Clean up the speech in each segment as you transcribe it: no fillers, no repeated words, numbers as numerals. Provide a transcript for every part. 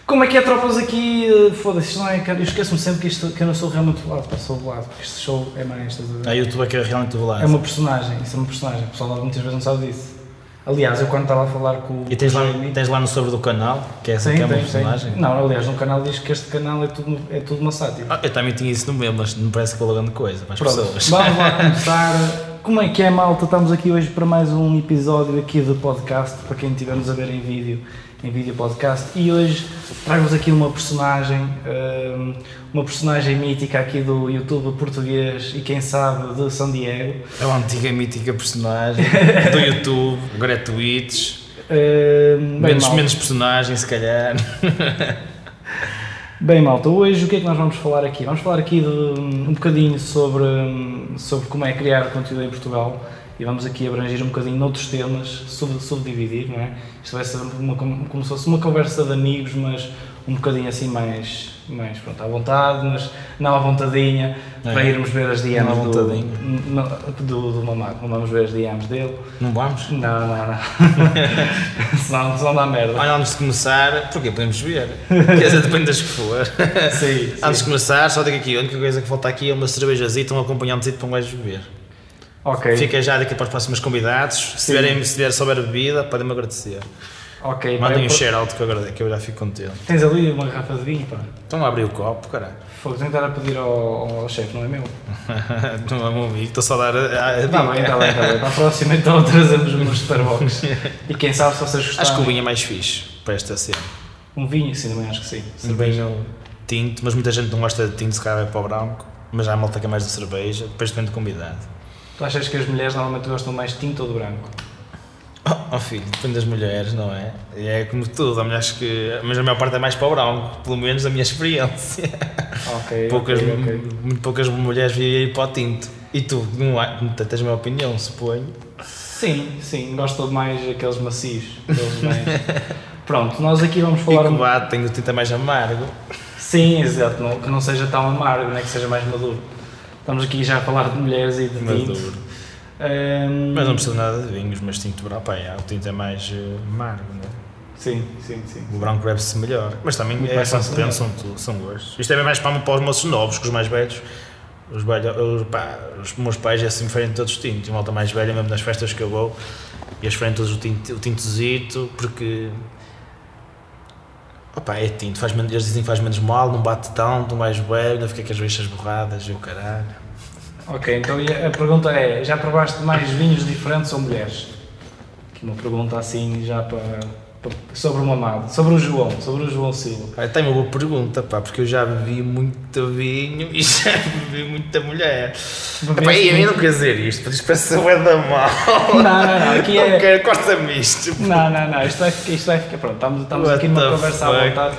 Como é que é, tropas aqui? Foda-se, isto não é. Eu esqueço-me sempre que eu não sou realmente volado, sou volado, porque este show é mais. Estás a ver? YouTube é que é realmente volado. É uma personagem, isso é uma personagem, o pessoal muitas vezes não sabe disso. Aliás, eu quando estava a falar com o. E tens lá no sobre do canal, que é essa que é uma personagem? Sim. Não, aliás, no canal diz que este canal é tudo uma sátira. Eu também tinha isso no meu, mas não parece que valeu grande coisa para as pessoas. Vamos lá começar. Como é que é, malta? Estamos aqui hoje para mais um episódio aqui do podcast, para quem estivermos a ver em vídeo podcast, e hoje trago-vos aqui uma personagem mítica aqui do YouTube português e quem sabe de São Diego. É uma antiga mítica personagem do YouTube, agora é Twitch, menos personagem se calhar. Bem, malta, hoje o que é que nós vamos falar aqui? Vamos falar aqui um bocadinho sobre como é criar conteúdo em Portugal e vamos aqui abranger um bocadinho noutros temas, subdividir, não é? Isto vai ser como se fosse uma conversa de amigos, mas um bocadinho assim mais pronto, à vontade, mas não à vontadinha, para irmos ver as DMs do Mamado. Não vamos ver as DMs dele. Não vamos? Não. senão dá merda. Olha, antes de começar, porque podemos ver. Quer dizer, depende das que for. Sim. Antes de começar, só digo aqui, a única coisa que falta aqui é uma cervejazita, um acompanhante para um gajo beber. Ok. Fica já daqui para os próximos convidados. Se souber bebida, podem-me agradecer. Ok. Mandem um share-out que eu já fico contente. Tens ali uma garrafa de vinho, pá? Então abri o copo, caralho. Vou tentar a pedir ao chefe, não é meu? Não é meu amigo, estou só a dar a Está bem. Para a próxima então trazemos umas Starbucks. E quem sabe se vocês gostarem. Acho que o vinho é mais fixe para esta cena. Um vinho? Sim, também acho que sim. Um vinho tinto, mas muita gente não gosta de tinto, se calhar vai para o branco. Mas há a malta que é mais de cerveja, depois depende do convidado. Tu achas que as mulheres normalmente gostam mais de tinto ou de branco? Oh filho, depende das mulheres, não é? E é como tudo, mas a maior parte é mais para o branco, pelo menos a minha experiência. Ok. Muito poucas mulheres vêm ir para o tinto. E tu, não tens a minha opinião, suponho? Sim, gosto mais aqueles macios. Pronto, nós aqui vamos falar... E que batem, o tinto é mais amargo. Sim, exato, que não seja tão amargo, né, que seja mais maduro. Estamos aqui já a falar de mulheres e de tinto. Mas não precisa nada de vinhos, mas tinto branco, o tinto é mais amargo, não é? Sim. O branco bebe-se melhor, mas também são gostos. Isto é mais para os moços novos, que os mais velhos, os meus pais é assim preferem todos os tintos, e uma malta mais velha, mesmo nas festas que eu vou, e eles preferem todos o tintozito, porque é tinto, eles dizem que faz menos mal, não bate tanto, um mais velho, não fica com as beixas borradas e o caralho. Ok, então a pergunta é, já provaste mais vinhos diferentes ou mulheres? Aqui uma pergunta assim já sobre o Mamado, sobre o João Silva. Tem uma boa pergunta, porque eu já bebi muito vinho e já bebi muita mulher. Eu não quero dizer isto, porque isto parece ser da mal. Não, aqui é... Não quero, corta-me isto. Não, isto vai ficar, pronto, estamos aqui numa conversa à vontade.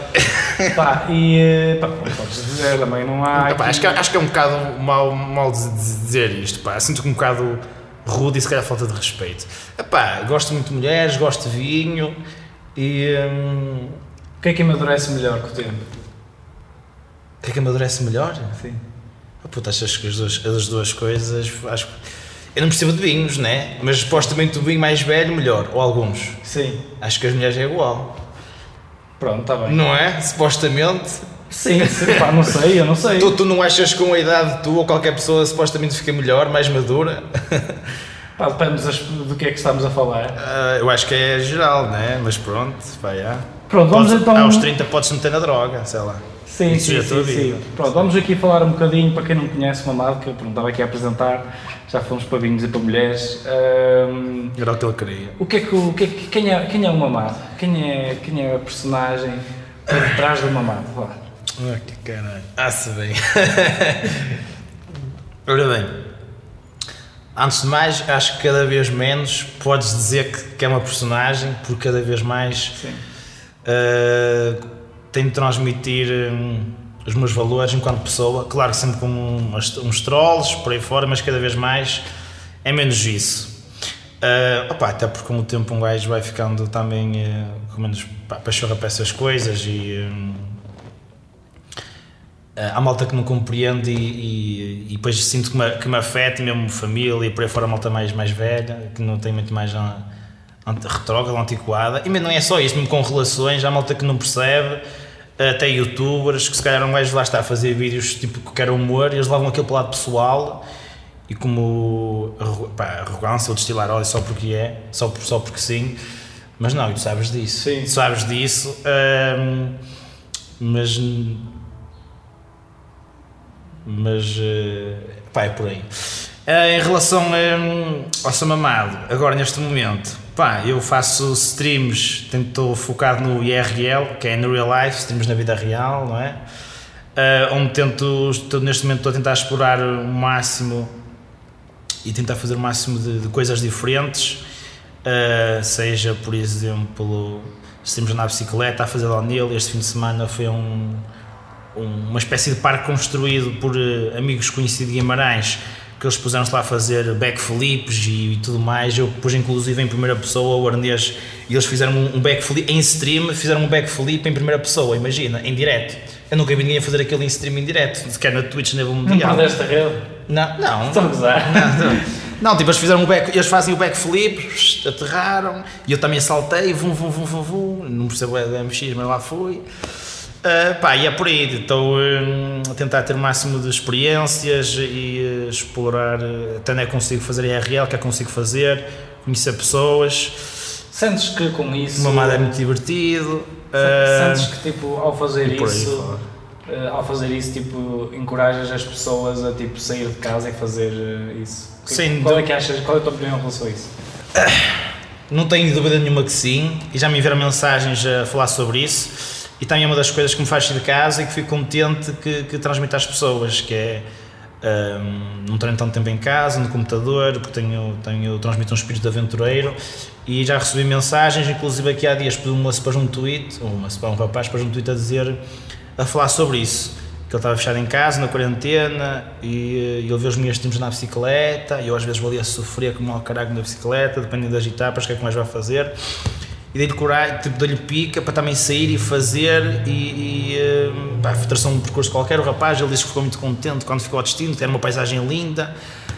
Podes dizer, também não há... Acho que é um bocado mal de dizer isto, sinto que um bocado rude e se calhar falta de respeito. Gosto muito de mulheres, gosto de vinho e... O que é que amadurece melhor com o tempo? O que é que amadurece melhor? Sim. Acho que as duas coisas... Eu não percebo de vinhos, né? Mas supostamente o vinho mais velho melhor, ou alguns. Sim. Acho que as mulheres é igual. Pronto, está bem. Não é? Supostamente. Sim, eu não sei. Tu não achas que com a idade tu ou qualquer pessoa supostamente fica melhor, mais madura? Depende do que é que estamos a falar. Eu acho que é geral, né? Mas pronto, Pronto, vamos então... Aos 30 podes meter na droga, sei lá. Sim. Pronto, vamos aqui falar um bocadinho, para quem não conhece o Mamado, que eu estava aqui a apresentar, já fomos para vinhos e para mulheres. Era o que ele queria. Quem é o Mamado? Quem é a personagem por detrás do Mamado? Vá. Que caralho. Se bem. Ora bem, antes de mais, acho que cada vez menos podes dizer que é uma personagem, porque cada vez mais tenho de transmitir os meus valores enquanto pessoa, claro que sempre com uns trolls por aí fora, mas cada vez mais é menos isso. Até porque com o tempo um gajo vai ficando também com menos pachorra para essas coisas e há malta que não compreende e depois sinto que me afeta, mesmo família e por aí fora a malta mais velha, que não tem muito mais retrógrada, antiquada, e mesmo não é só isso, mesmo com relações, há malta que não percebe até youtubers, que se calhar um gajo lá está a fazer vídeos tipo que quer humor e eles levam aquilo para o lado pessoal e como arrogância ou destilar ódio só porque é, só porque sim, mas não, tu sabes disso, sim. Tu sabes disso, mas é por aí. Em relação ao Samamado, agora neste momento, eu faço streams, estou focado no IRL, que é no real life, streams na vida real, não é? Onde neste momento estou a tentar explorar o máximo e tentar fazer o máximo de coisas diferentes, seja, por exemplo, streams na bicicleta, a fazer downhill. Este fim de semana foi uma espécie de parque construído por amigos conhecidos de Guimarães, que eles puseram-se lá a fazer backflips e tudo mais. Eu pus inclusive em primeira pessoa o arnês e eles fizeram um backflip em stream, fizeram um backflip em primeira pessoa, imagina, em direto. Eu nunca vi ninguém a fazer aquilo em stream em direto, sequer na Twitch nível mundial. Não perdeste a rede? Não. Estão a gozar? Não, tipo, eles fazem o backflip, aterraram e eu também saltei, vum, não percebo o MX, mas lá fui. E é por aí, estou a tentar ter o máximo de experiências e explorar, até não é consigo fazer IRL, que é consigo fazer, conhecer pessoas. Sentes que com isso... O mamado é muito divertido. Sentes que tipo, ao fazer isso, tipo, encorajas as pessoas a tipo, sair de casa e fazer isso? Qual é a tua opinião em relação a isso? Não tenho dúvida nenhuma que sim, e já me enviaram mensagens a falar sobre isso. E também é uma das coisas que me faz sair de casa e que fico contente que transmito às pessoas, que é não tenho tanto tempo em casa, no computador, porque transmito um espírito de aventureiro e já recebi mensagens, inclusive aqui há dias pediu-me para um tweet, um rapaz para um tweet a falar sobre isso, que ele estava fechado em casa, na quarentena, e ele vê os meus streams na bicicleta, e eu às vezes vou ali a sofrer como ao caralho na bicicleta, dependendo das etapas, o que é que mais vai fazer. E dei-lhe coragem, tipo, dei-lhe pica para também sair e fazer traçou um percurso qualquer. O rapaz, ele disse que ficou muito contente quando ficou ao destino, que era uma paisagem linda,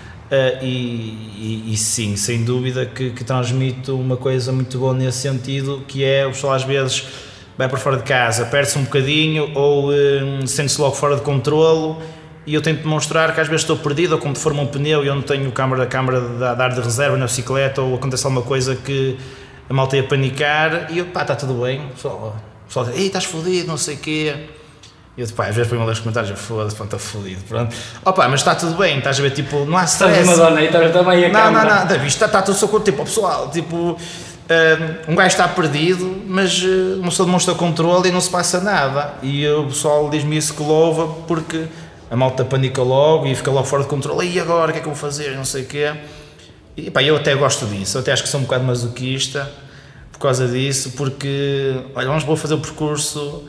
e sim, sem dúvida que transmito uma coisa muito boa nesse sentido, que é o pessoal às vezes vai para fora de casa, perde-se um bocadinho ou sente-se logo fora de controlo, e eu tento demonstrar que às vezes estou perdido, ou como forma um pneu e eu não tenho câmara de ar de reserva na bicicleta, ou acontece alguma coisa que a malta ia panicar, e eu, está tudo bem, o pessoal diz, ei, estás fodido, não sei o quê. E eu, às vezes põe-me a ler os comentários, foda-se, está fodido, pronto. Mas está tudo bem, estás a ver, tipo, não há stress. Estás uma dona aí, estás também a câmara. Não, está tudo socorro, tipo, pessoal, tipo, um gajo está perdido, mas uma pessoa demonstra controle e não se passa nada. E o pessoal diz-me isso que louva, porque a malta panica logo e fica logo fora de controle, e agora, o que é que eu vou fazer, não sei o quê. E eu até gosto disso, eu até acho que sou um bocado masoquista por causa disso, porque, olha, vou fazer o percurso,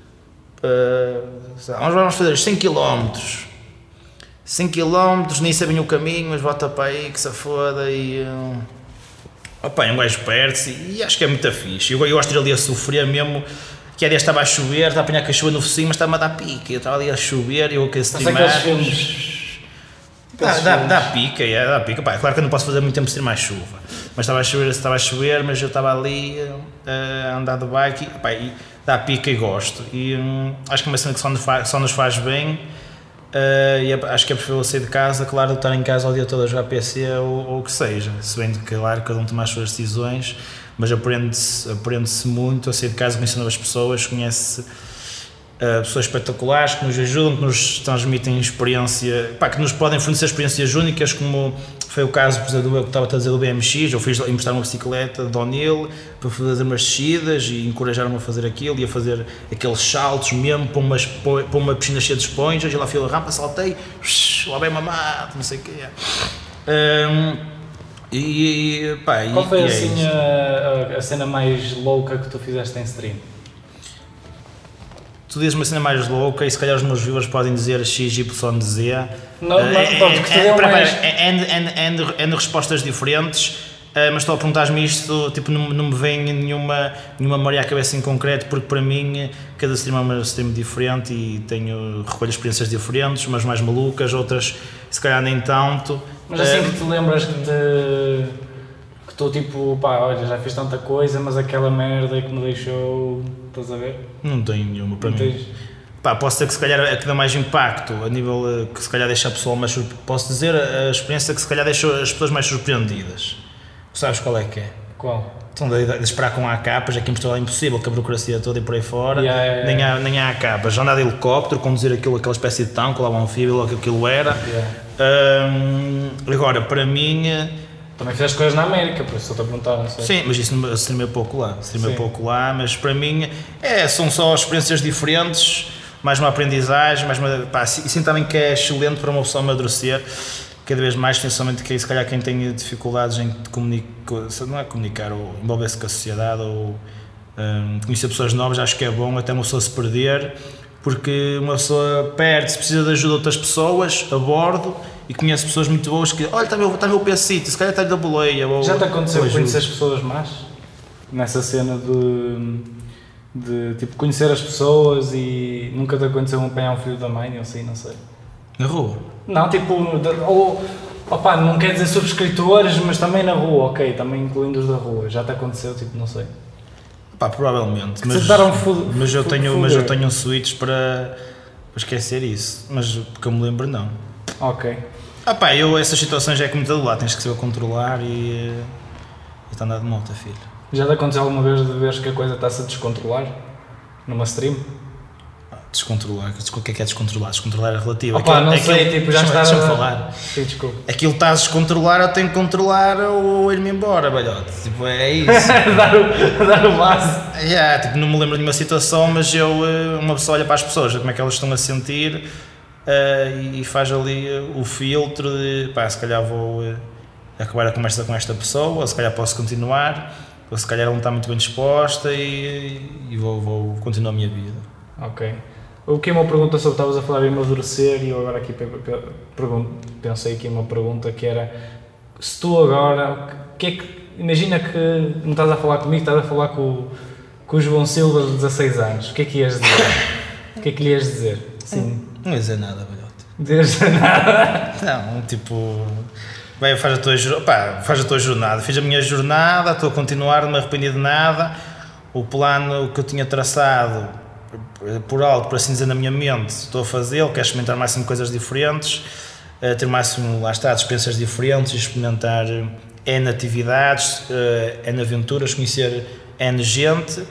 vamos fazer 100 km, 100 km, nem sabem o caminho, mas volta para aí, que se foda, e um gajo perde-se, e acho que é muito fixe. Eu gosto de ir ali a sofrer mesmo, que há dias estava a chover, estava a apanhar com a chuva no focinho, mas estava a dar pique, eu estava ali a chover, eu queria streamar. Dá pica, claro que eu não posso fazer muito tempo sem mais chuva, mas estava a chover, mas eu estava ali a andar de bike e dá pica e gosto, e acho que é uma cena que só nos faz bem, e acho que é preferível sair de casa, claro, estar em casa o dia todo a jogar PC ou o que seja, se bem que claro, cada um toma as suas decisões, mas aprende-se muito a sair de casa, conhecer novas pessoas, conhece pessoas espetaculares que nos ajudam, que nos transmitem experiência, que nos podem fornecer experiências únicas, como foi o caso, por exemplo, eu que estava a dizer do BMX, eu fiz emprestar uma bicicleta de downhill para fazer umas descidas e encorajaram-me a fazer aquilo e a fazer aqueles saltos mesmo para uma piscina cheia de esponjas, e lá fui a rampa, saltei, lá bem mamado, não sei o quê. Qual foi assim a cena mais louca que tu fizeste em stream? Tu dizes uma cena mais louca e se calhar os meus viewers podem dizer XYZ. N respostas diferentes, mas estou a perguntar-me isto, tipo, não me vem nenhuma memória à cabeça em concreto, porque para mim cada stream é um stream diferente e recolho experiências diferentes, umas mais malucas, outras se calhar nem tanto. Mas assim que te lembras que estou tipo, pá, olha, já fiz tanta coisa, mas aquela merda que me deixou, estás a ver? Não tenho nenhuma para Não mim. tens? Pá, posso dizer que se calhar a que dá mais impacto, a nível que se calhar deixa a pessoa mais posso dizer a experiência que se calhar deixou as pessoas mais surpreendidas. Sabes qual é que é? Qual? Então de esperar com ACAPs, aqui em Portugal é impossível, que a burocracia toda e por aí fora, nem há ACAPs. Já andar de helicóptero, conduzir aquela espécie de tanque, lá um anfíbio, logo que aquilo era. Agora, para mim... Também fizeste coisas na América, por isso estou-te a perguntar, não sei. Sim, mas isso streamei pouco lá, mas para mim são só experiências diferentes, mais uma aprendizagem, e sim também que é excelente para uma pessoa amadurecer, cada vez mais, principalmente que se calhar quem tem dificuldades em comunicar ou envolver-se com a sociedade ou conhecer pessoas novas, acho que é bom até uma pessoa se perder, porque uma pessoa perde-se, precisa de ajuda de outras pessoas a bordo e conhece pessoas muito boas que, olha, está meu PC, se calhar está-lhe da boleia. Já te aconteceu conhecer as pessoas más? Nessa cena de tipo conhecer as pessoas e nunca te aconteceu apanhar um filho da mãe ou assim, não sei. Na rua? Não, tipo, opá, não quer dizer subscritores, mas também na rua, ok, também incluindo os da rua. Já te aconteceu, tipo, não sei. Pá, provavelmente, mas eu tenho switches para esquecer isso, mas porque eu me lembro não. Ok. Essas situações é como todo lado, tens que saber controlar e está a andar de moto, filho. Já te aconteceu alguma vez de veres que a coisa está-se a descontrolar? Numa stream? Descontrolar, o que é descontrolar? Descontrolar é relativo. Não sei, tipo, já está deixa-me falar. Sim, desculpa. Aquilo está a descontrolar, eu tenho que controlar ou ir-me embora, balhote. Tipo, é isso. dar o base. Tipo, não me lembro de nenhuma situação, mas uma pessoa olha para as pessoas, como é que elas estão a sentir e faz ali o filtro de, se calhar vou acabar a conversa com esta pessoa, ou se calhar posso continuar, ou se calhar ela não está muito bem disposta e vou continuar a minha vida. Ok. O que é uma pergunta sobre, estavas a falar em amadurecer e eu agora aqui pensei aqui uma pergunta que era, se tu agora, imagina que não estás a falar comigo, estás a falar com o João Silva de 16 anos, o que é que ias dizer? O que é que lhe ias dizer? Sim. Não ia dizer nada, balhote. Não ias dizer nada? Não, tipo... faz a tua jornada. Fiz a minha jornada, estou a continuar, não me arrependi de nada. O plano que eu tinha traçado por alto, por assim dizer, na minha mente, estou a fazê-lo, quero experimentar o máximo coisas diferentes, ter o máximo, lá está, experiências diferentes, experimentar N atividades, N aventuras, conhecer N gente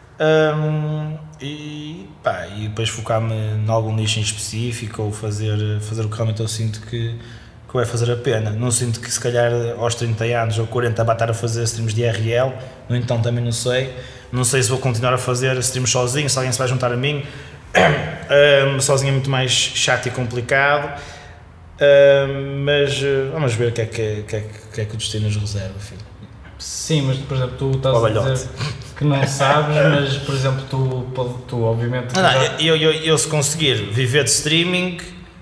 e depois focar-me em algum nicho em específico ou fazer o que realmente eu sinto que vai fazer a pena. Não sinto que se calhar aos 30 anos ou 40 vai estar a fazer streams de IRL, no entanto também não sei. Não sei se vou continuar a fazer streams sozinho, se alguém se vai juntar a mim. Sozinho é muito mais chato e complicado. Mas vamos ver o que é que o destino nos reserva, filho. Sim, mas por exemplo, tu estás a dizer que não sabes, mas por exemplo, tu obviamente... Eu se conseguir viver de streaming,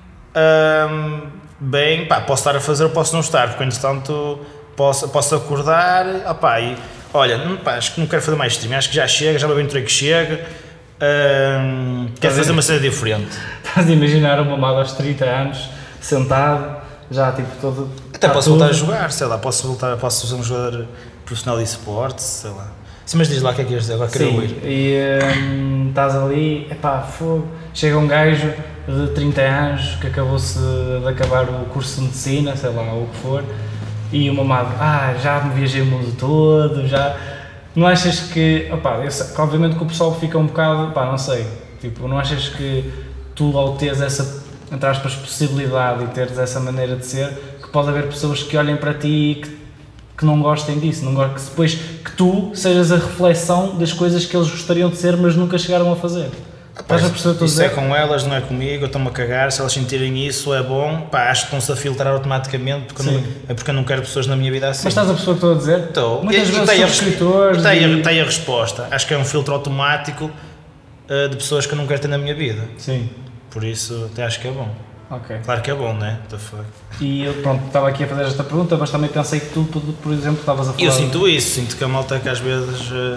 bem, posso estar a fazer ou posso não estar, porque entretanto posso acordar, olha, acho que não quero fazer mais streaming, acho que já chega, já me aventurei que chega, quero fazer uma cena diferente. Estás a imaginar uma malada aos 30 anos, sentado, já tipo todo... Até posso voltar a jogar, sei lá, posso ser um jogador profissional de esportes, sei lá. Sim, mas diz lá o que é que ias dizer, agora quero ouvir. E estás ali, fogo, chega um gajo de 30 anos que acabou-se de acabar o curso de medicina, sei lá, ou o que for, e uma madre, já me viajei o mundo todo, já... Não achas que... obviamente que o pessoal fica um bocado... não sei. Tipo, não achas que tu, ao teres essa, entre aspas, possibilidade e teres essa maneira de ser, que pode haver pessoas que olhem para ti e que não gostem disso, que depois que tu sejas a reflexão das coisas que eles gostariam de ser, mas nunca chegaram a fazer? Estás a perceber tudo isso? É com elas, não é comigo, eu estou-me a cagar, se elas sentirem isso é bom, acho que estão-se a filtrar automaticamente, porque eu não quero pessoas na minha vida assim. Mas estás a perceber o que estou a dizer? Estou. Muitas vezes são escritores... Está aí a resposta, acho que é um filtro automático de pessoas que eu não quero ter na minha vida. Sim. Por isso, até acho que é bom. Ok. Claro que é bom, não é? What the fuck? E eu, estava aqui a fazer esta pergunta, mas também pensei que tu, por exemplo, estavas a falar... Eu sinto isso, sinto que a malta que às vezes...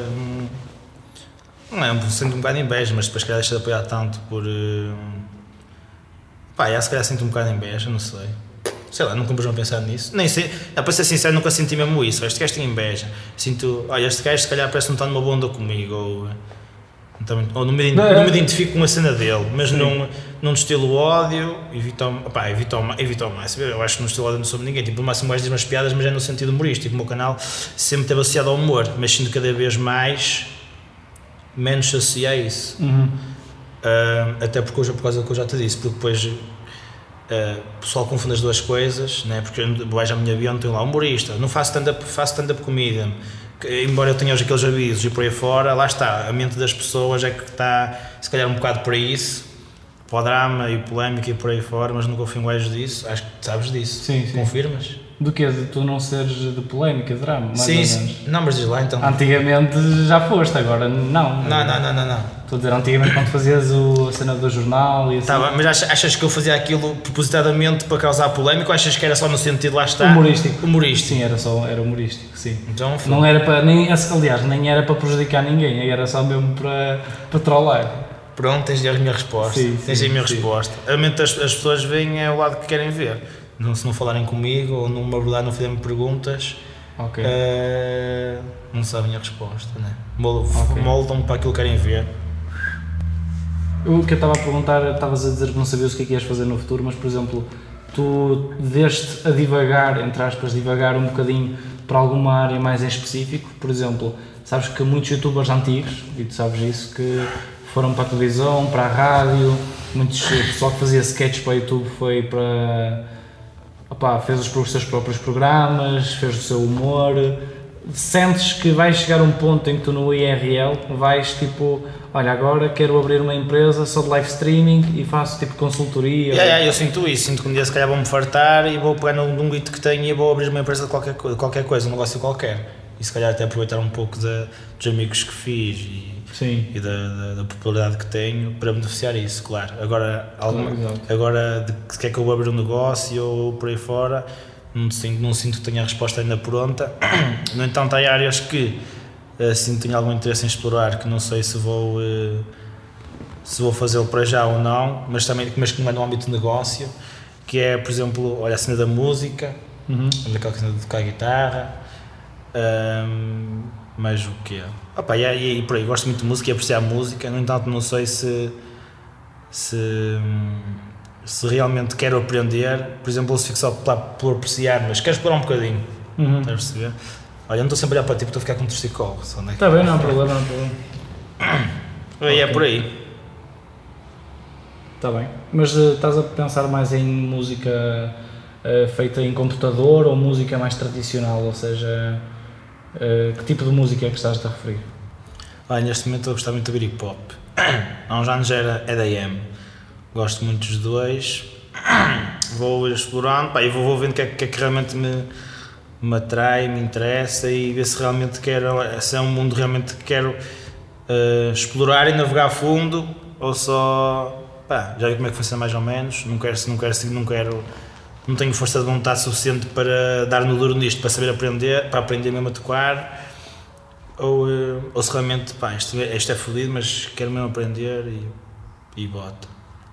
sinto um bocado de inveja, mas depois se calhar deixa de apoiar tanto por... se calhar sinto um bocado de inveja, não sei. sei lá, nunca me vou pensar nisso. Nem sei, para ser sincero, nunca senti mesmo isso. Este gajo tem inveja. Sinto, olha, este gajo se calhar parece que não está numa boa onda comigo, ou não me identifico com a cena dele, mas num estilo ódio, evito ao máximo. Eu acho que no estilo ódio não sou ninguém. Tipo, no máximo, o gajo diz umas piadas, mas é no sentido humorístico. O meu canal sempre esteve associado ao humor, mas sinto cada vez menos associado a isso. Até por causa do que eu já te disse, porque depois o pessoal confunde as duas coisas, né? Porque eu vais à minha bio, tenho lá humorista, não faço stand-up comedian, embora eu tenha hoje aqueles avisos e por aí fora, lá está, a mente das pessoas é que está se calhar um bocado para isso, para o drama e polémica e por aí fora, mas nunca fui um gajo disso, acho que sabes disso. Sim. Confirmas? Do que? De tu não seres de polémica, de drama? Mais Sim, ou menos. não, mas diz lá então. Antigamente já foste, agora não. Não. Estou a dizer, antigamente quando fazias a cena do jornal e assim. Tá, mas achas que eu fazia aquilo propositadamente para causar polémica ou achas que era só no sentido, lá está? Humorístico. Humorístico. Sim, era humorístico, sim. Então, não era para, nem era para prejudicar ninguém, era só mesmo para trollar. Pronto, tens a minha resposta. Tens a minha resposta. A mente as pessoas veem é o lado que querem ver. Se não falarem comigo ou não me abordar, não fizerem perguntas, não sabem a resposta, né? Moldam-me para aquilo que querem ver. O que eu estava a perguntar, estavas a dizer que não sabias o que é que ias fazer no futuro, mas por exemplo, tu deste a divagar, entre aspas, divagar um bocadinho para alguma área mais em específico. Por exemplo, sabes que muitos youtubers antigos, e tu sabes isso, que foram para a televisão, para a rádio, muitos pessoal que fazia sketches para o YouTube foi para... fez os seus próprios programas, fez o seu humor. Sentes que vais chegar a um ponto em que tu no IRL vais tipo, olha, agora quero abrir uma empresa só de live streaming e faço tipo consultoria? Eu sinto isso, sinto que um dia se calhar vou-me fartar e vou pegar num guito que tenho e vou abrir uma empresa de qualquer coisa, um negócio qualquer. E se calhar até aproveitar um pouco dos amigos que fiz e da popularidade que tenho para beneficiar isso, claro. Agora de que é que eu vou abrir um negócio ou por aí fora, não sinto que tenha a resposta ainda pronta. No entanto, há áreas que sinto que tenho algum interesse em explorar, que não sei se vou fazê-lo para já ou não, mas que não é no âmbito de negócio, que é, por exemplo, olha, a cena da música, aquela cena de tocar guitarra, mas o quê? E por aí, gosto muito de música e apreciar música, no entanto não sei se realmente quero aprender, por exemplo, se fico só por apreciar, mas quero explorar um bocadinho, estás a perceber? Olha, eu não estou sempre a olhar para ti porque estou a ficar com um torcicolo. Está bem, não há problema. É por aí. Está bem, mas estás a pensar mais em música feita em computador ou música mais tradicional, ou seja, que tipo de música é que estás a referir? Neste momento estou a gostar muito de ouvir hip hop. Há uns anos era EDM. Gosto muito dos dois, vou explorando e vou vendo o que é que realmente me atrai, me interessa e ver se realmente se é um mundo realmente que quero explorar e navegar a fundo ou só, já vi como é que funciona mais ou menos, não tenho força de vontade suficiente para dar no duro nisto, para saber aprender, para aprender mesmo a tocar ou se realmente, isto é fodido, mas quero mesmo aprender e bota.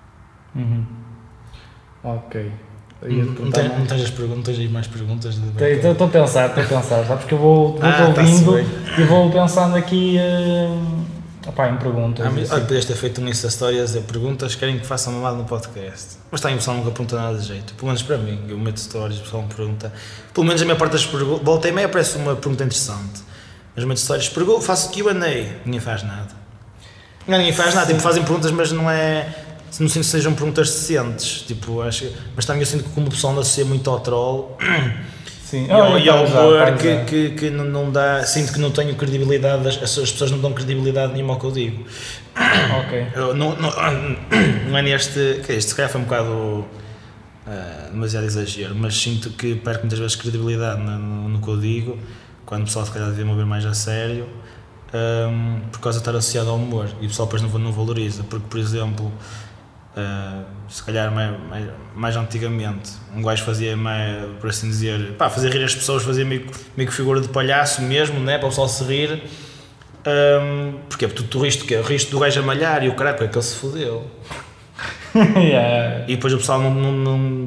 Ok. Não tens aí mais perguntas? Estou a pensar, sabes que eu vou ouvindo e vou pensando aqui em perguntas. Podias ter feito um Insta Stories, perguntas, querem que façam mal no podcast. Mas está aí, o pessoal nunca pergunta nada de jeito, pelo menos para mim, eu meto stories, o pessoal me pergunta, pelo menos a minha parte das perguntas, volta e meia aparece uma pergunta interessante, mas meto stories, faço Q&A, ninguém faz nada. Ninguém faz nada, tipo, fazem perguntas, mas não sinto que sejam perguntas decentes, tipo, mas também eu sinto que como o pessoal não associa muito ao troll, sim. E ao humor que não dá, sinto que não tenho credibilidade, as pessoas não dão credibilidade nenhuma ao que eu digo. Ok. Não é neste, se calhar foi um bocado demasiado exagero, mas sinto que perco muitas vezes credibilidade no que eu digo, quando o pessoal se calhar devia me ouvir mais a sério, por causa de estar associado ao humor, e o pessoal depois não valoriza, porque, por exemplo, se calhar mais antigamente um gajo fazia, por assim dizer, fazia rir as pessoas, fazia meio que figura de palhaço mesmo, né, para o pessoal se rir. Porque tu riste do gajo a malhar e o caralho, porque é que ele se fodeu. Yeah. E depois o pessoal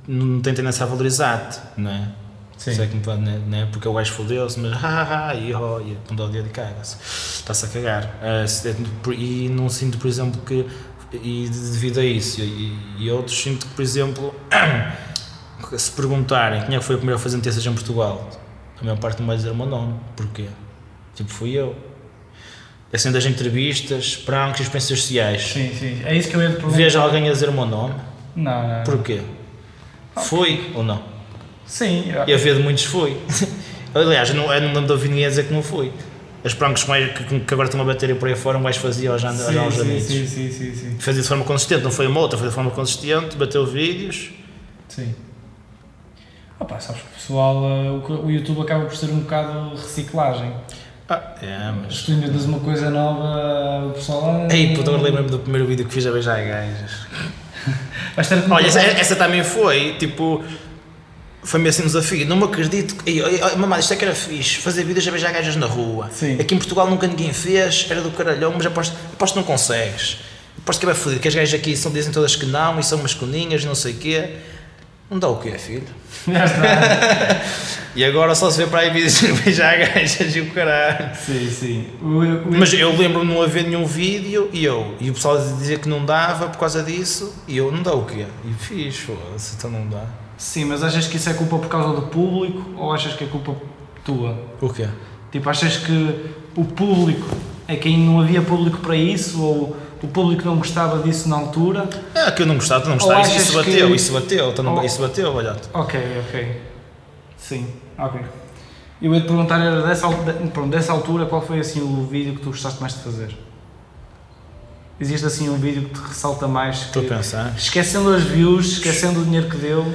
não tem tendência a valorizar-te, não é? Sim. Isso é que me pode, não é? Porque o gajo fodeu-se, mas e aponta o dedo e caga-se, está-se a cagar. E não sinto, por exemplo, que, e devido a isso, e outros, sinto que, por exemplo, se perguntarem quem é que foi o primeiro a fazer notícias em Portugal, a maior parte não vai dizer o meu nome. Porquê? Tipo, fui eu. Assim, das entrevistas, prancos e experiências sociais. Sim, é isso que eu ia te perguntar. Vejo alguém a dizer o meu nome? Não. Porquê? Fui ou não? Sim. E a ver de muitos fui. Aliás, eu não ouvi ninguém a dizer que não fui. As prancos que agora estão a bater por aí fora, um gajo fazia aos amigos. Sim. Fazia de forma consistente, não foi uma outra, foi de forma consistente, bateu vídeos. Sim. Sabes que o pessoal, o YouTube acaba por ser um bocado reciclagem. Mas... Se tu inventas uma coisa nova, o pessoal... Agora lembro-me do primeiro vídeo que fiz a beijar gajas. Olha, essa também foi, tipo... Foi-me assim um desafio, não me acredito... Mamãe, isto é que era fixe, fazer vídeos a beijar gajas na rua. Sim. Aqui em Portugal nunca ninguém fez, era do caralhão, mas aposto que não consegues. Aposto que é bem fodido, que as gajas aqui dizem todas que não, e são umas coninhas, não sei o quê. Não dá o quê, filho? Já está. E agora só se vê para aí vídeos de beijar gajas e o caralho. Sim. Mas eu lembro-me de não haver nenhum vídeo e o pessoal dizia que não dava por causa disso e eu, não dá o quê? E fiz, foda-se, então não dá. Sim, mas achas que isso é culpa por causa do público ou achas que é culpa tua? O quê? Tipo, achas que o público é quem não havia público para isso ou o público não gostava disso na altura? Que eu não gostava, tu não gostavas, isso bateu, olha. Ok. Sim, ok. Eu ia te perguntar, era dessa altura, qual foi assim o vídeo que tu gostaste mais de fazer? Existe assim um vídeo que te ressalta mais? Estou a pensar. Esquecendo as views, esquecendo o dinheiro que deu.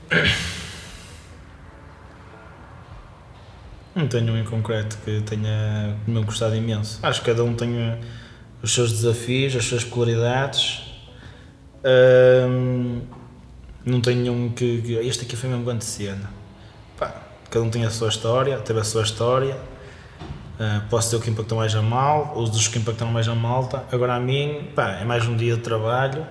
Não tenho um em concreto que tenha me gostado imenso. Acho que cada um tem os seus desafios, as suas peculiaridades. Não tenho nenhum que este aqui foi mesmo grande cena. Cada um tem a sua história, teve a sua história. Posso ter o que impactou mais a mal, os dos que impactaram mais a malta. Agora a mim, é mais um dia de trabalho.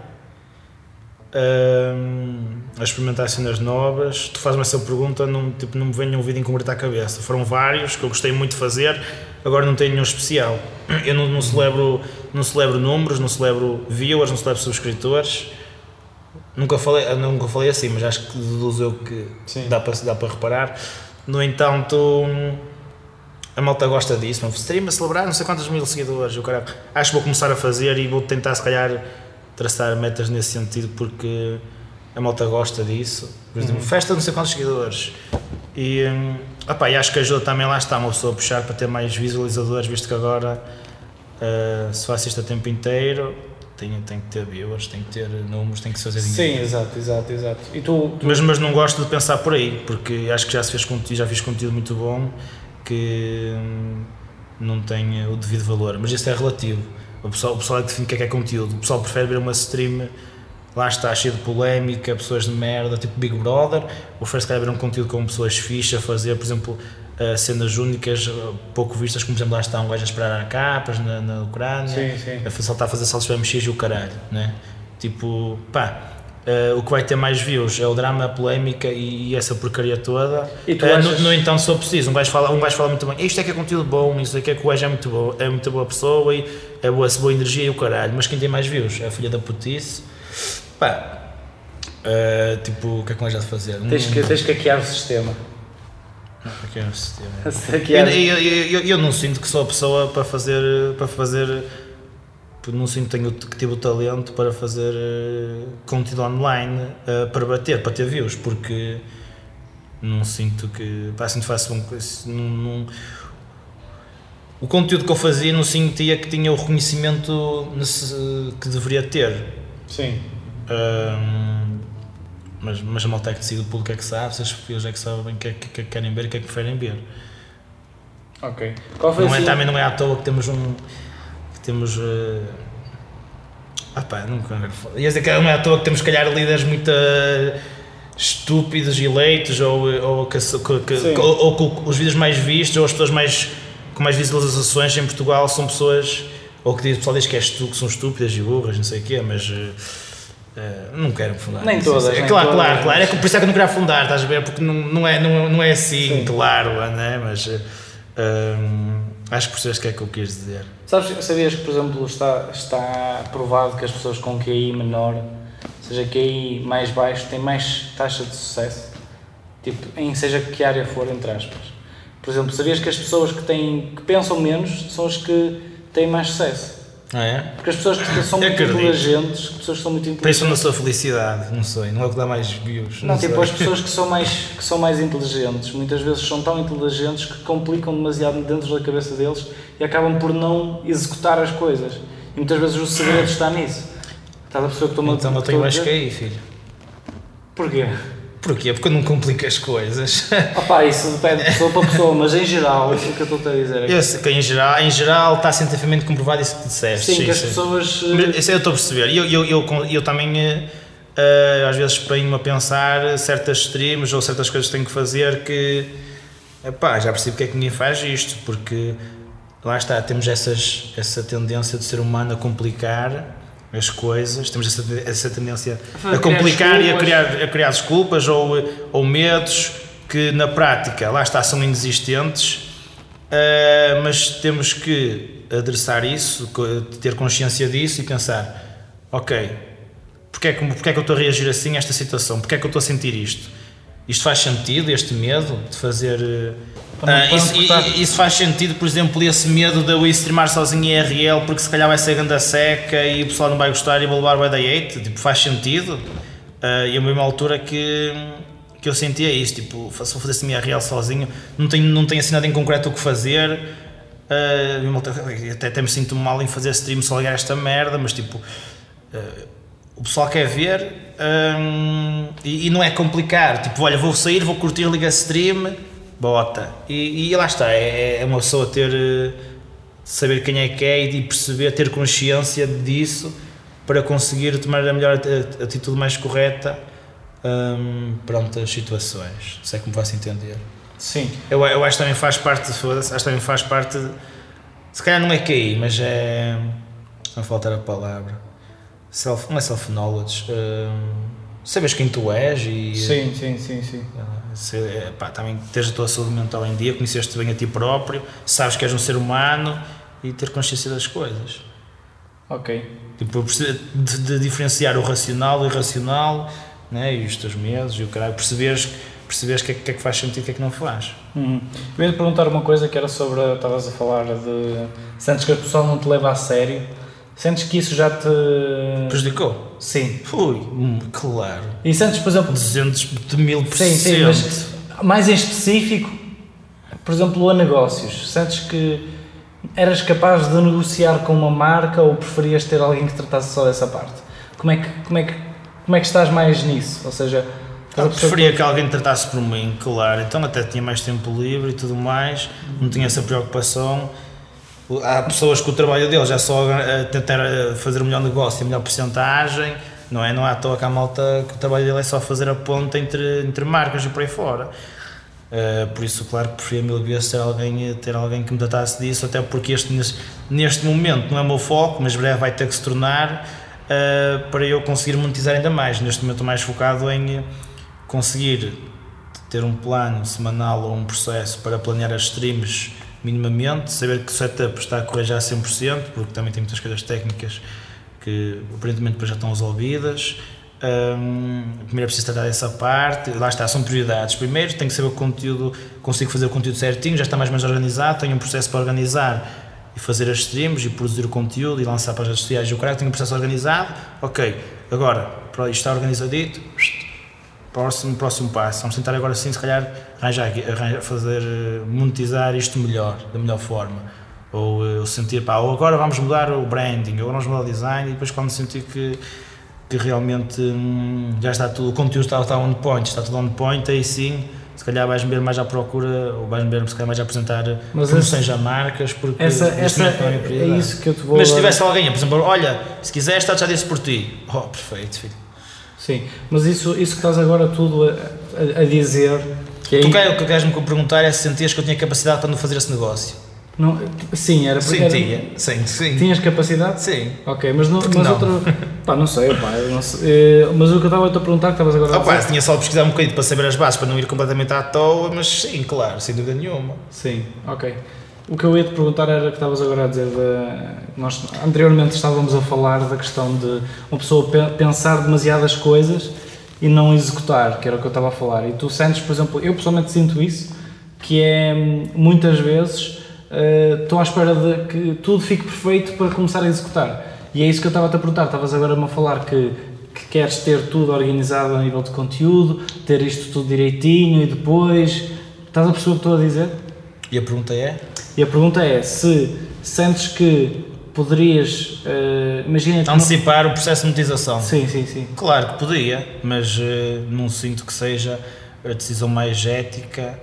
A experimentar cenas novas. Tu fazes-me essa pergunta, não me vem nenhum vídeo em concreto à cabeça. Foram vários que eu gostei muito de fazer, agora não tenho nenhum especial. Eu não celebro números, não celebro viewers, não celebro subscritores. Nunca falei assim, mas acho que deduzo que dá para reparar. No entanto, a malta gosta disso. Estaria-me a celebrar não sei quantos mil seguidores. Acho que vou começar a fazer e vou tentar, se calhar, traçar metas nesse sentido, porque a malta gosta disso. Por exemplo, festa de não sei quantos seguidores. E acho que ajuda também, lá está, uma pessoa a puxar para ter mais visualizadores, visto que agora se faço isto a tempo inteiro, tem que ter viewers, tem que ter números, tem que se fazer dinheiro. Sim, exato. E Mas não gosto de pensar por aí, porque acho que já fiz conteúdo muito bom que não tem o devido valor, mas isso é relativo. O pessoal é que define o que é conteúdo. O pessoal prefere ver uma stream, lá está, cheio de polémica, pessoas de merda, tipo Big Brother, ou prefere se calhar ver um conteúdo com pessoas fixas, a fazer, por exemplo, cenas únicas, pouco vistas, como por exemplo, lá está um gajo a esperar capas na Ucrânia, a fazer saltos para MX e o caralho, né? Tipo, o que vai ter mais views é o drama, a polémica e essa porcaria toda. No entanto, se for preciso, um gajo fala muito bem, isto é que é conteúdo bom, isso é que o gajo é muito boa pessoa e é boa energia e o caralho, mas quem tem mais views é a filha da putice. Tipo, o que é que mais há de fazer? Tens que hackear o sistema. Eu não sinto que sou a pessoa para fazer não sinto que tive o talento para fazer conteúdo online para ter views, porque não sinto que sinto faço o conteúdo que eu fazia não sentia que tinha o reconhecimento que deveria ter. Sim. Mas a malta é que decide, o público é que sabe, se as pessoas é que sabem o que é que querem ver e o que é que preferem ver. Ok. Também não é à toa que temos ia dizer que não é à toa que temos, se calhar, líderes muito estúpidos eleitos ou que os vídeos mais vistos ou as pessoas com mais visualizações em Portugal são pessoas, ou que o pessoal diz que são estúpidas e burras, não sei o quê, mas Não quero afundar. Nem todas. Nem claro, todas, claro. É por isso é que eu não quero afundar, estás a ver? Porque não é assim, sim. Claro, né? Mas acho que percebes o que é que eu quis dizer. Sabias que, por exemplo, está provado que as pessoas com QI menor, ou seja, QI mais baixo, têm mais taxa de sucesso? Tipo, em seja que área for, entre aspas. Por exemplo, sabias que as pessoas que pensam menos são as que têm mais sucesso? É? Porque as pessoas que são muito inteligentes, pensam na sua felicidade, não sei, não é o que dá mais views. Não, tipo, as pessoas que são mais inteligentes, muitas vezes são tão inteligentes que complicam demasiado dentro da cabeça deles e acabam por não executar as coisas. E muitas vezes o segredo está nisso. Estás a perceber que estou-me a dizer? Então eu tenho mais que aí, filho. Porquê? Porquê? Porque eu não complico as coisas. Isso depende de pessoa para pessoa, mas em geral, isso é o que eu estou a dizer aqui. Eu sei que em geral está cientificamente comprovado isso que disseste. Sim, que as pessoas... Isso eu estou a perceber. Eu também, às vezes, ponho-me a pensar certas streams ou certas coisas que tenho que fazer que... já percebi porque é que ninguém faz isto, porque lá está, temos essa tendência do ser humano a complicar as coisas, temos essa tendência a complicar e a criar desculpas ou medos que na prática, lá está, são inexistentes, mas temos que adressar isso, ter consciência disso e pensar, ok, porque é que eu estou a reagir assim a esta situação, porque é que eu estou a sentir isto? Isto faz sentido, este medo de fazer... Isso faz sentido, por exemplo, esse medo de eu ir streamar sozinho em IRL porque se calhar vai ser ganda seca e o pessoal não vai gostar e vou levar o hate, tipo, faz sentido? E a mesma altura que eu sentia isto, tipo, se vou fazer stream em IRL sozinho, não tenho assim nada em concreto o que fazer, até me sinto mal em fazer stream só ligar esta merda, mas tipo... o pessoal quer ver e não é complicar, tipo, olha, vou sair, vou curtir, liga stream, bota, e lá está, é uma pessoa saber quem é que é e perceber, ter consciência disso para conseguir tomar a melhor atitude mais correta perante as situações, se é que me faço entender. Sim. Eu acho que também faz parte, se calhar não é QI, mas não faltar a palavra. Não é self-knowledge, sabes quem tu és e... Sim. Também teres a tua saúde mental em dia, conheceste bem a ti próprio, sabes que és um ser humano e ter consciência das coisas. Ok. Tipo, de diferenciar o racional do irracional, né, e os teus medos e o caralho, perceberes o que é que faz sentido e o que é que não faz. Eu ia-te perguntar uma coisa que era sobre, estavas a falar de... Sentes que a pessoa não te leva a sério? Sentes que isso já te... prejudicou? Sim. Claro. E sentes, por exemplo... 200.000%. Sim, mas mais em específico, por exemplo, a negócios. Sentes que eras capaz de negociar com uma marca ou preferias ter alguém que tratasse só dessa parte? Como é que estás mais nisso? Ou seja... Eu preferia que alguém tratasse por mim, claro. Então até tinha mais tempo livre e tudo mais, não tinha essa preocupação. Há pessoas que o trabalho deles é só tentar fazer o melhor negócio e a melhor porcentagem, não é? Não há à toa que a malta que o trabalho dele é só fazer a ponta entre marcas e por aí fora. Por isso, claro, preferia mil vezes ter alguém que me tratasse disso, até porque neste momento não é o meu foco, mas breve vai ter que se tornar para eu conseguir monetizar ainda mais. Neste momento estou mais focado em conseguir ter um plano semanal ou um processo para planear as streams minimamente, saber que o setup está a correr já a 100%, porque também tem muitas coisas técnicas que aparentemente já estão resolvidas. Primeiro é preciso tratar dessa parte, lá está, são prioridades. Primeiro tenho que saber o conteúdo, consigo fazer o conteúdo certinho, já está mais ou menos organizado, tenho um processo para organizar e fazer as streams e produzir o conteúdo e lançar para as redes sociais e o caralho, tenho um processo organizado, ok, agora, isto está organizadito, próximo passo, vamos tentar agora sim, se calhar, monetizar isto melhor, da melhor forma, ou sentir, ou agora vamos mudar o branding, ou vamos mudar o design, e depois quando sentir que realmente já está tudo, o conteúdo está on point, está tudo on point, aí sim, se calhar vais-me ver mais à procura, ou vais-me ver se calhar mais a apresentar promoções a marcas, porque essa é isso que eu te vou... Mas se tivesse alguém, por exemplo, olha, se quiseres, já disse por ti, perfeito, filho. Sim, mas isso que estás agora tudo a dizer... O que queres-me perguntar é se sentias que eu tinha capacidade para não fazer esse negócio. Não, sim, era... Sim, era, tinha. Sim. Tinhas capacidade? Sim. Ok, mas não. Não. Outro... Pá, não sei, mas o que eu estava a te perguntar, que estavas agora a dizer... Tinha só de pesquisar um bocadinho para saber as bases, para não ir completamente à toa, mas sim, claro, sem dúvida nenhuma. Sim, ok. O que eu ia te perguntar era que estavas agora a dizer nós anteriormente estávamos a falar da questão de uma pessoa pensar demasiadas coisas e não executar, que era o que eu estava a falar. E tu sentes, por exemplo, eu pessoalmente sinto isso, que é muitas vezes estou à espera de que tudo fique perfeito para começar a executar. E é isso que eu estava-te a perguntar. Estavas agora-me a falar que queres ter tudo organizado a nível de conteúdo, ter isto tudo direitinho e depois... Estás a perceber o que estou a dizer? E a pergunta é? E a pergunta é se sentes que poderias, imagina... Antecipar o processo de monetização. Sim. Claro que podia, mas não sinto que seja a decisão mais ética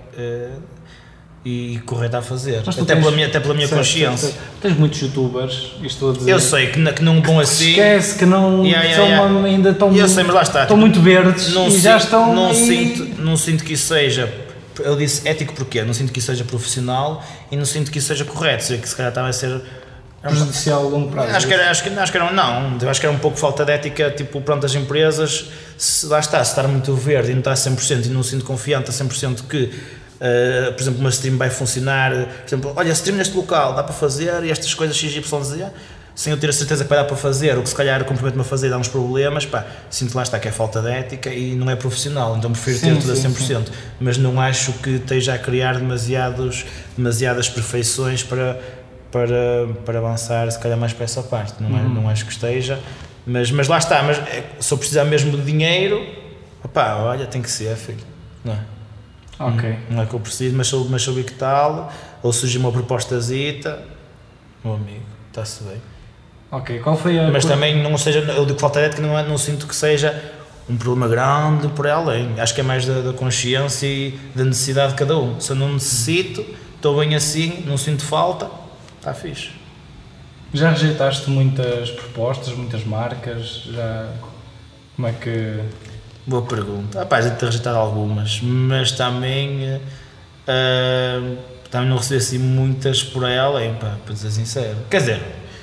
e correta a fazer. Até pela minha consciência. Certo. Tens muitos youtubers, estou a dizer... Eu sei que não vão assim... Esquece, que não ainda estão... Eu sei, mas lá está. Estão muito verdes e já estão... Não sinto que isso seja... Eu disse ético porquê? Não sinto que isso seja profissional e não sinto que isso seja correto, sei que se calhar estava a ser prejudicial a longo prazo. Acho que era um pouco falta de ética, tipo, pronto, as empresas, se estar muito verde e não está a 100% e não sinto confiante a 100% que, por exemplo, uma stream vai funcionar, por exemplo, olha, stream neste local, dá para fazer e estas coisas XYZ, sem eu ter a certeza que vai dar para fazer, ou que se calhar comprometo-me a fazer e dá uns problemas, sinto lá está que é falta de ética e não é profissional, então prefiro ter tudo a 100%, sim. Mas não acho que esteja a criar demasiadas perfeições para avançar, se calhar mais para essa parte, não acho que esteja, mas lá está, se eu precisar mesmo de dinheiro, olha, tem que ser, filho, não é? Ok. Não é que eu preciso, mas souber que tal, ou surge uma propostazita, meu amigo, está-se bem. Ok, qual foi a... Mas também não seja, eu digo falta de ética, não sinto que seja um problema grande por aí além. Acho que é mais da consciência e da necessidade de cada um. Se eu não necessito, estou bem assim, não sinto falta, está fixe. Já rejeitaste muitas propostas, muitas marcas? Como é que... Boa pergunta. Já ter rejeitado algumas, mas também não recebi assim muitas por aí além, para dizer sincero. Quer dizer...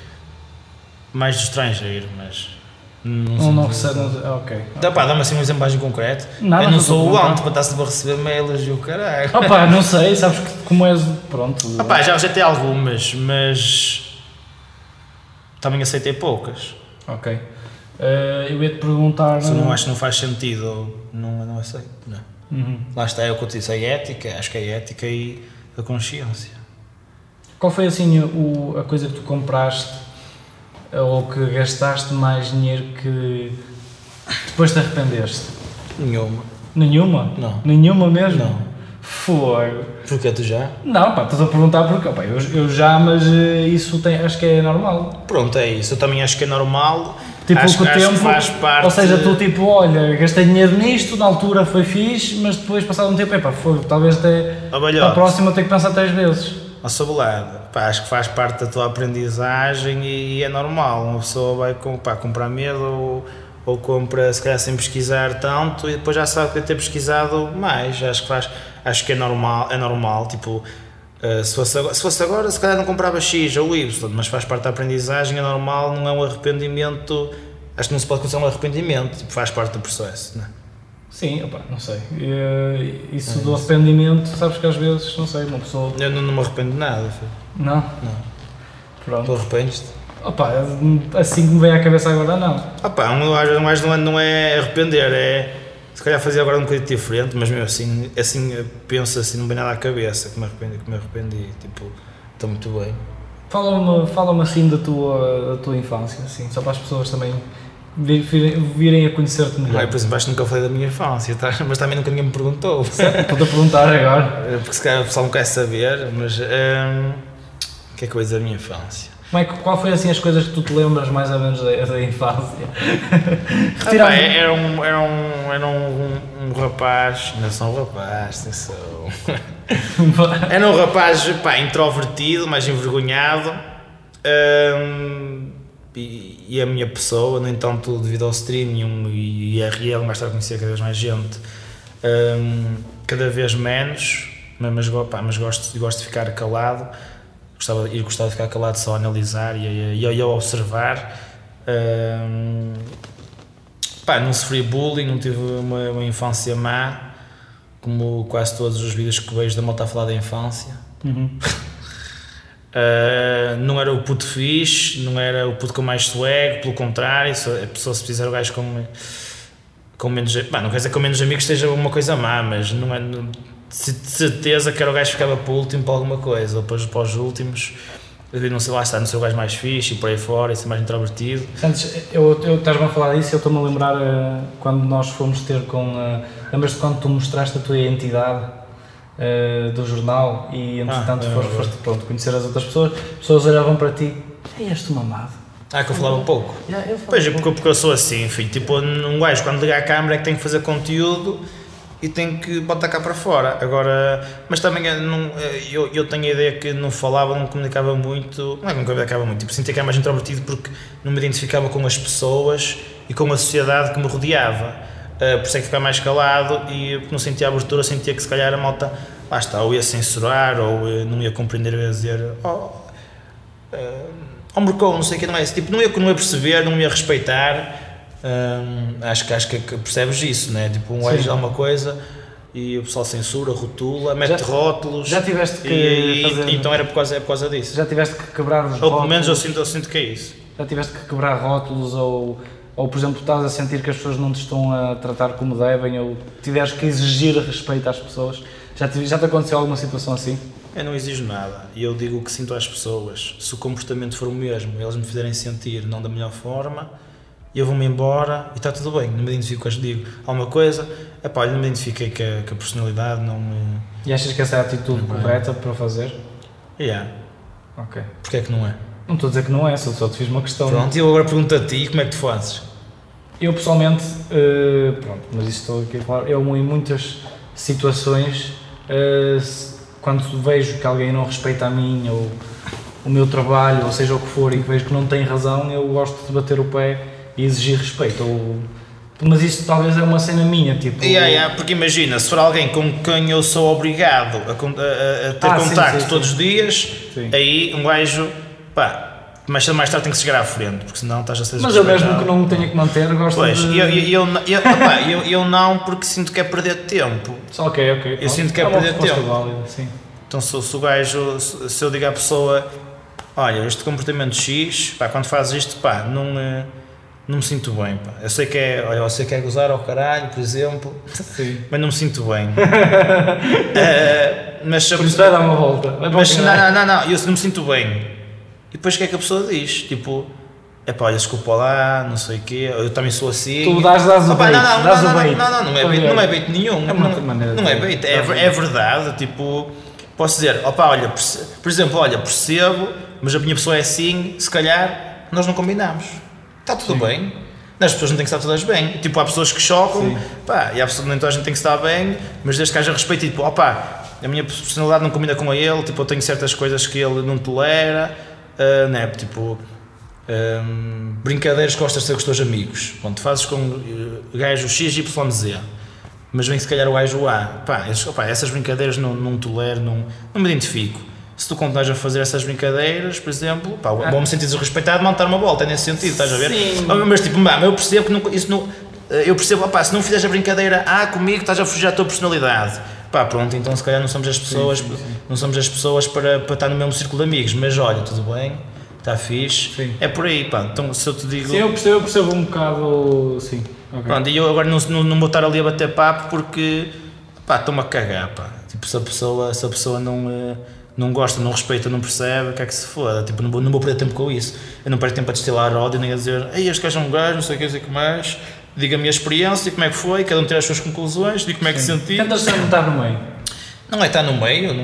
mais do estrangeiro, mas não recebe, ok. Dá-me assim um exemplo mais em concreto. Nada, eu não sou o ante para estar sempre a receber mails e o caralho. Não sei, sabes como és, pronto. Já rejeitei algumas, mas também aceitei poucas. Ok. Eu ia-te perguntar... Se eu não acho que não faz sentido, não aceito. Não. Uhum. Lá está, é o que eu te disse, a ética, acho que é a ética e a consciência. Qual foi assim a coisa que tu compraste ou que gastaste mais dinheiro que depois te arrependeste? Nenhuma. Nenhuma? Não. Nenhuma mesmo? Não. Fogo. Porquê tu já? Não, estás a perguntar porque, eu já, mas isso acho que é normal. Pronto, é isso, eu também acho que é normal. Tipo, acho com o tempo, que faz parte... ou seja, tu tipo, olha, gastei dinheiro nisto, na altura foi fixe, mas depois, passado um tempo, talvez até para a próxima eu tenho que pensar 3 vezes. Acho que faz parte da tua aprendizagem e é normal, uma pessoa vai comprar medo ou compra se calhar sem pesquisar tanto e depois já sabe que deve ter pesquisado mais, acho que é normal, tipo, se fosse agora se calhar não comprava X ou Y, mas faz parte da aprendizagem, é normal, não é um arrependimento, acho que não se pode considerar um arrependimento, tipo, faz parte do processo, não é? Sim, não sei. Isso do arrependimento, sabes que às vezes, não sei, uma pessoa... Eu não me arrependo de nada, filho. Não? Não. Pronto. Tu arrependes-te? Assim que me veio à cabeça agora, não. Não é arrepender, é se calhar fazer agora um bocadinho diferente, mas mesmo assim penso assim, não vem nada à cabeça, que me arrependi, tipo, estou muito bem. Fala-me assim da tua infância, assim, só para as pessoas também virem a conhecer-te melhor. Por exemplo, acho que nunca falei da minha infância, tá? Mas também nunca ninguém me perguntou. Estou-te a perguntar agora. Porque se calhar o pessoal não quer saber, mas o que é que eu ia dizer da minha infância? Qual foi assim as coisas que tu te lembras mais ou menos da infância? Era um rapaz, não sou um rapaz, atenção. Era um rapaz introvertido, mais envergonhado. E a minha pessoa, no entanto, devido ao streaming e IRL, mais tarde conhecer cada vez mais gente, cada vez menos, mas gosto de ficar calado. gostava de ficar calado só a analisar e a observar. Não sofri bullying, não tive uma infância má, como quase todos os vídeos que vejo da malta a falar da infância. Não era o puto fixe, não era o puto com mais swag, pelo contrário, a pessoa se fizer o gajo com menos... não quer dizer que com menos amigos esteja uma coisa má, mas não é... De certeza que era o gajo que ficava para o último para alguma coisa, ou depois para os últimos, não sei lá está, não ser o gajo mais fixe e por aí fora, e ser mais introvertido. Antes, estás-me a falar disso, eu estou-me a lembrar quando nós fomos ter com... lembras-te quando tu mostraste a tua identidade do jornal e entretanto foste pronto, conhecer as outras pessoas olhavam para ti, és tu mamado? Que eu falava um pouco. Pois é, porque eu sou assim, enfim, tipo, um gajo quando liga a câmera é que tem que fazer conteúdo e tem que botar cá para fora. Agora, mas também eu tenho a ideia que não falava, não comunicava muito, não é que não comunicava muito, tipo, sentia que era mais introvertido porque não me identificava com as pessoas e com a sociedade que me rodeava. Por isso é que ficava mais calado e porque não sentia a abertura, sentia que se calhar a malta, lá está, ou ia censurar ou não ia compreender, ia dizer mercou, não sei o que, não é esse tipo, não ia perceber, não ia respeitar. Acho que percebes isso, né? Tipo, gajo diz alguma coisa e o pessoal censura, rotula, mete rótulos. Já tiveste que fazer... Então era por causa disso. Já tiveste que quebrar os rótulos? Ou pelo menos eu sinto que é isso. Já tiveste que quebrar rótulos ou por exemplo, estás a sentir que as pessoas não te estão a tratar como devem ou tiveres que exigir respeito às pessoas? Já te aconteceu alguma situação assim? Eu não exijo nada e eu digo o que sinto às pessoas. Se o comportamento for o mesmo, eles me fizerem sentir não da melhor forma, eu vou-me embora e está tudo bem, não me identifico com as digo. Alguma coisa, eu não me identifiquei com a personalidade, não me... E achas que essa é a atitude correta para fazer? Ok. Porquê é que não é? Não estou a dizer que não é, só te fiz uma questão. Pronto, e eu agora pergunto a ti, como é que tu fazes? Eu pessoalmente, mas isso estou aqui a falar, eu em muitas situações, quando vejo que alguém não respeita a mim ou o meu trabalho, ou seja o que for, e que vejo que não tem razão, eu gosto de bater o pé e exigir respeito. Mas isso talvez é uma cena minha, tipo... porque imagina, se for alguém com quem eu sou obrigado a ter contacto todos os dias, aí um gajo, mais cedo ou mais tarde tem que chegar à frente, porque senão estás a ser desrespeitado. Mas eu mesmo que não tenha que manter, gosto de... Eu não, porque sinto que é perder tempo. Ok. Eu sinto que é perder tempo. Válida, sim. Então se o gajo, se eu digo à pessoa, olha, este comportamento X, quando fazes isto, não me sinto bem, Eu sei que é gozar ao caralho, por exemplo, mas não me sinto bem. Mas por isso vai dar uma volta. Mas não, eu não me sinto bem. E depois o que é que a pessoa diz? Tipo, olha, desculpa lá, não sei o quê, eu também sou assim. Tu dás o bait. Não é bait nenhum. Não é bait, é verdade. Tipo, posso dizer, olha, por exemplo, olha, percebo, mas a minha pessoa é assim, se calhar nós não combinamos. Está tudo bem. As pessoas não têm que estar todas bem. Tipo, há pessoas que chocam, e há pessoas que nem toda a gente tem que estar bem, mas desde que haja respeito, tipo, a minha personalidade não combina com ele, tipo, eu tenho certas coisas que ele não tolera, né? Tipo, brincadeiras que gostas de ter com os teus amigos. Quando fazes com gajo X, Y, Z, mas vem se calhar o gajo A, essas brincadeiras não tolero, não me identifico. Se tu continuas a fazer essas brincadeiras, por exemplo, vou-me sentir desrespeitado, montar uma volta, é nesse sentido, estás a ver? Sim. Mas tipo, eu percebo que isso não... Eu percebo, se não fizeres a brincadeira comigo, estás a fugir à tua personalidade. Pronto, então se calhar não somos as pessoas, não somos as pessoas para estar no mesmo círculo de amigos, mas olha, tudo bem, está fixe, é por aí, então se eu te digo... Sim, eu percebo um bocado, sim. Okay. Pronto, e eu agora não vou estar ali a bater papo porque, estou-me a cagar, tipo, se a pessoa não gosta, não respeita, não percebe, o que é que se foda, tipo, não vou perder tempo com isso, eu não perco tempo a destilar ódio, nem a dizer, este gajo é um gajo, não sei o que mais, diga a minha experiência, como é que foi, cada um tira as suas conclusões, diga como é que se sentiu. Tentas sempre estar no meio. Não é estar no meio.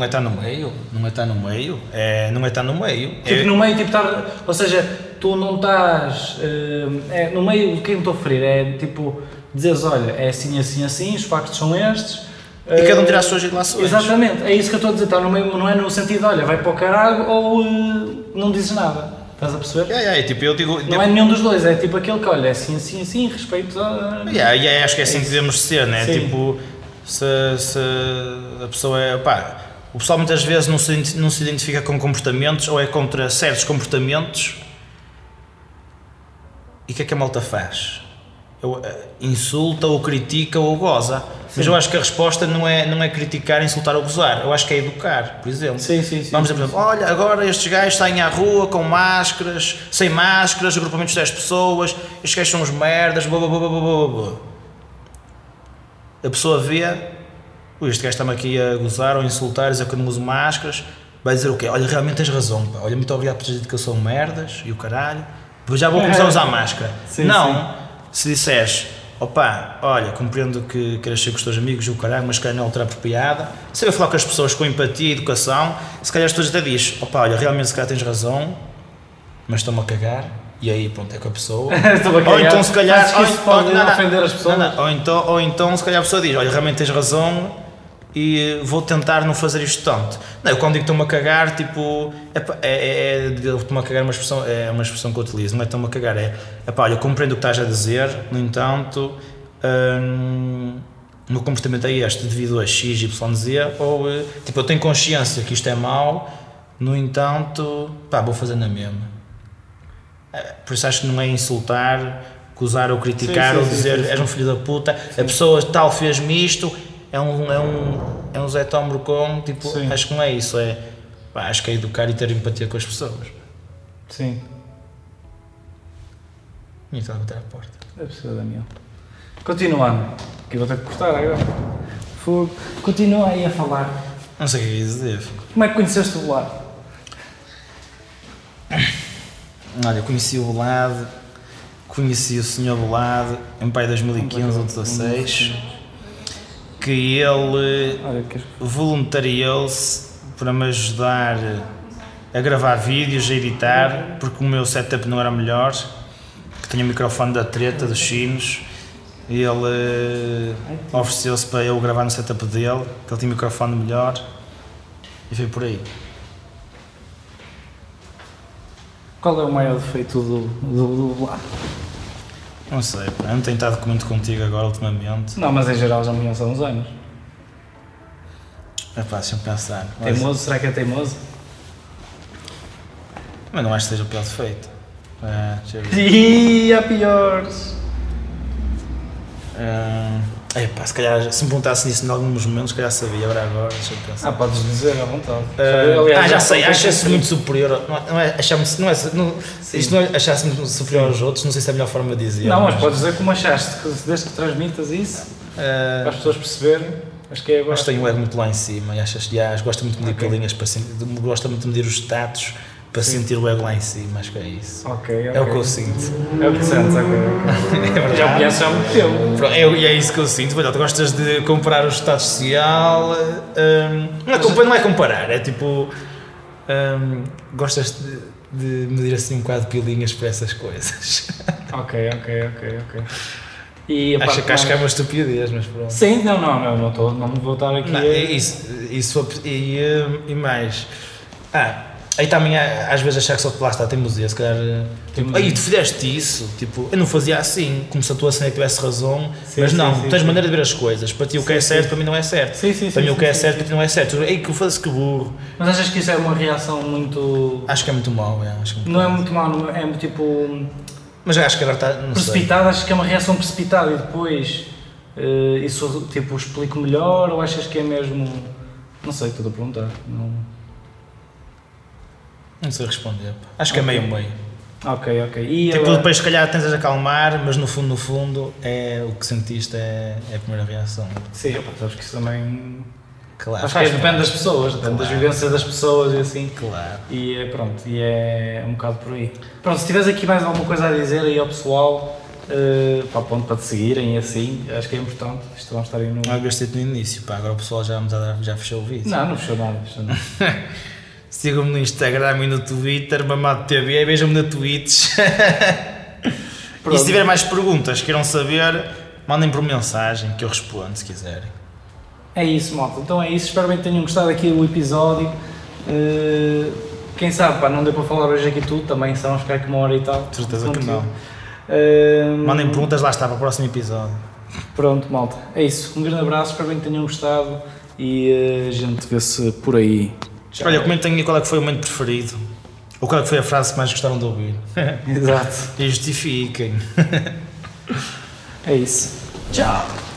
Tipo, no meio, tipo, ou seja, tu não estás, no meio, o que eu estou a referir é, tipo, dizeres, olha, é assim, os factos são estes, e cada um tira as suas relações. Exatamente, é isso que eu estou a dizer, está no meio, não é no sentido, olha, vai para o caralho ou não dizes nada, estás a perceber? Tipo, eu digo... Não é nenhum dos dois, é tipo aquele que, olha, é assim, respeito a... acho que é assim que devemos ser, né? Tipo, se a pessoa é, o pessoal muitas vezes não se identifica com comportamentos ou é contra certos comportamentos. E o que é que a malta faz? Insulta ou critica ou goza. Mas eu acho que a resposta não é criticar, insultar ou gozar. Eu acho que é educar, por exemplo. Sim. Vamos dizer, por exemplo, olha, agora estes gajos saem à rua com máscaras, sem máscaras, agrupamentos de 10 pessoas, estes gajos são uns merdas, blá blá blá blá blá blá. A pessoa vê, este gajo está-me aqui a gozar ou a insultar, dizer que eu não uso máscaras, vai dizer o quê? Olha, realmente tens razão, pá. Olha, muito obrigado por teres dito que eu sou merdas e o caralho, depois já vou começar a usar máscara. Sim. Se disseres, opá, olha, compreendo que queres ser com os teus amigos e o caralho, mas se calhar não é outra apropriada, saber falar com as pessoas com empatia e educação, se calhar as pessoas até dizem, opá, olha, realmente se calhar tens razão, mas estou-me a cagar, e aí pronto, é com a pessoa. Ou então se calhar, ofender as pessoas. Ou então se calhar a pessoa diz, olha, realmente tens razão, e vou tentar não fazer isto tanto. Não, eu quando digo estou-me a cagar, tipo, estou-me a cagar é uma expressão que eu utilizo, não é estou-me a cagar, pá, olha, eu compreendo o que estás a dizer, no entanto, o meu comportamento é este, devido a X, Y, Z, ou, tipo, eu tenho consciência que isto é mau, no entanto, pá, vou fazer na mesma. Por isso acho que não é insultar, acusar ou criticar, ou dizer, és um filho da puta, a pessoa tal fez-me isto, é um Zé Tom Brocon, tipo, acho que não é isso, acho que é educar e ter empatia com as pessoas. Sim. E está a bater à porta. Deve ser, Daniel. Continuando, que eu vou ter que cortar agora. Fogo. Continua aí a falar. Não sei o que é dizer. Como é que conheceste o Bolado? Olha, eu conheci o Bolado, conheci o Sr. Bolado em pai 2015 ou 2016. Que ele voluntariou-se para me ajudar a gravar vídeos, a editar, porque o meu setup não era melhor, que tinha o microfone da treta, dos chinos, e ele ofereceu-se para eu gravar no setup dele, que ele tinha um microfone melhor, e foi por aí. Qual é o maior defeito do Vlad? Não sei, eu não tenho estado muito contigo agora ultimamente. Não, mas em geral já me conheço há uns anos. Deixa-me pensar. Teimoso? Será que é teimoso? Mas não acho que seja o pior defeito. E há piores. Se calhar, se me perguntasse nisso em alguns momentos, se calhar sabia, agora deixa-me pensar. Podes dizer à vontade. Já sei, acha-se muito superior. Não é achar-se superior aos outros, não sei se é a melhor forma de dizer. Não, mas podes dizer como achaste, desde que transmitas isso, para as pessoas perceberem. Acho que é agora. Mas tenho o ego muito lá em cima e gosto muito de medir pilinhas, gosto muito de medir os status para sentir o ego lá em cima, acho que é isso. É o que eu sinto. É o que sentes, ok. Já me conheces há muito tempo. E é isso que eu sinto. Tu gostas de comparar o estado social. Não é comparar, é tipo. Gostas de medir assim um bocado de pilinhas para essas coisas. Ok. E acho que é uma estupidez, mas pronto. Sim, não me vou estar aqui. E mais. Aí também às vezes achar que só lá está teimosia, se calhar. Aí tu fizeste isso, tipo, eu não fazia assim, como se a tua cena tivesse razão, mas não, tens maneira de ver as coisas. Para ti o que é certo, para mim não é certo. Para mim o que é certo, para ti não é certo. Ei, que eu faço que burro. Mas achas que isso é uma reação muito. Acho que é muito mau, Não é muito mau, é tipo. Mas acho que agora está. Precipitada, acho que é uma reação precipitada e depois isso tipo explico melhor ou achas que é mesmo. Não sei, estou a perguntar. Não sei responder. Acho que é meio. Ok. E tipo, depois se calhar tentas acalmar, mas no fundo é o que sentiste é a primeira reação. Sim, sabes que isso também. Claro. Acho que depende das pessoas, depende das vivências das pessoas e assim. Claro. E é um bocado por aí. Pronto, se tiveres aqui mais alguma coisa a dizer aí ao pessoal, para te seguirem e assim, acho que é importante. Isto vão estar aí no. Eu gostei no início, agora o pessoal já fechou o vídeo. Não fechou nada. Sigam-me no Instagram e no Twitter, Mamado TV, e vejam-me na Twitch. E se tiver mais perguntas, queiram saber, mandem por mensagem que eu respondo se quiserem. É isso, malta. Então é isso. Espero bem que tenham gostado aqui do episódio. Quem sabe, não deu para falar hoje aqui tudo, também se vamos ficar aqui 1 hora e tal. De certeza que não. Mandem perguntas, lá está, para o próximo episódio. Pronto, malta. É isso. Um grande abraço, espero bem que tenham gostado e a gente vê-se por aí. Tchau. Olha, comentem qual é que foi o momento preferido. Ou qual é que foi a frase que mais gostaram de ouvir. Exato. E justifiquem. É isso. Tchau.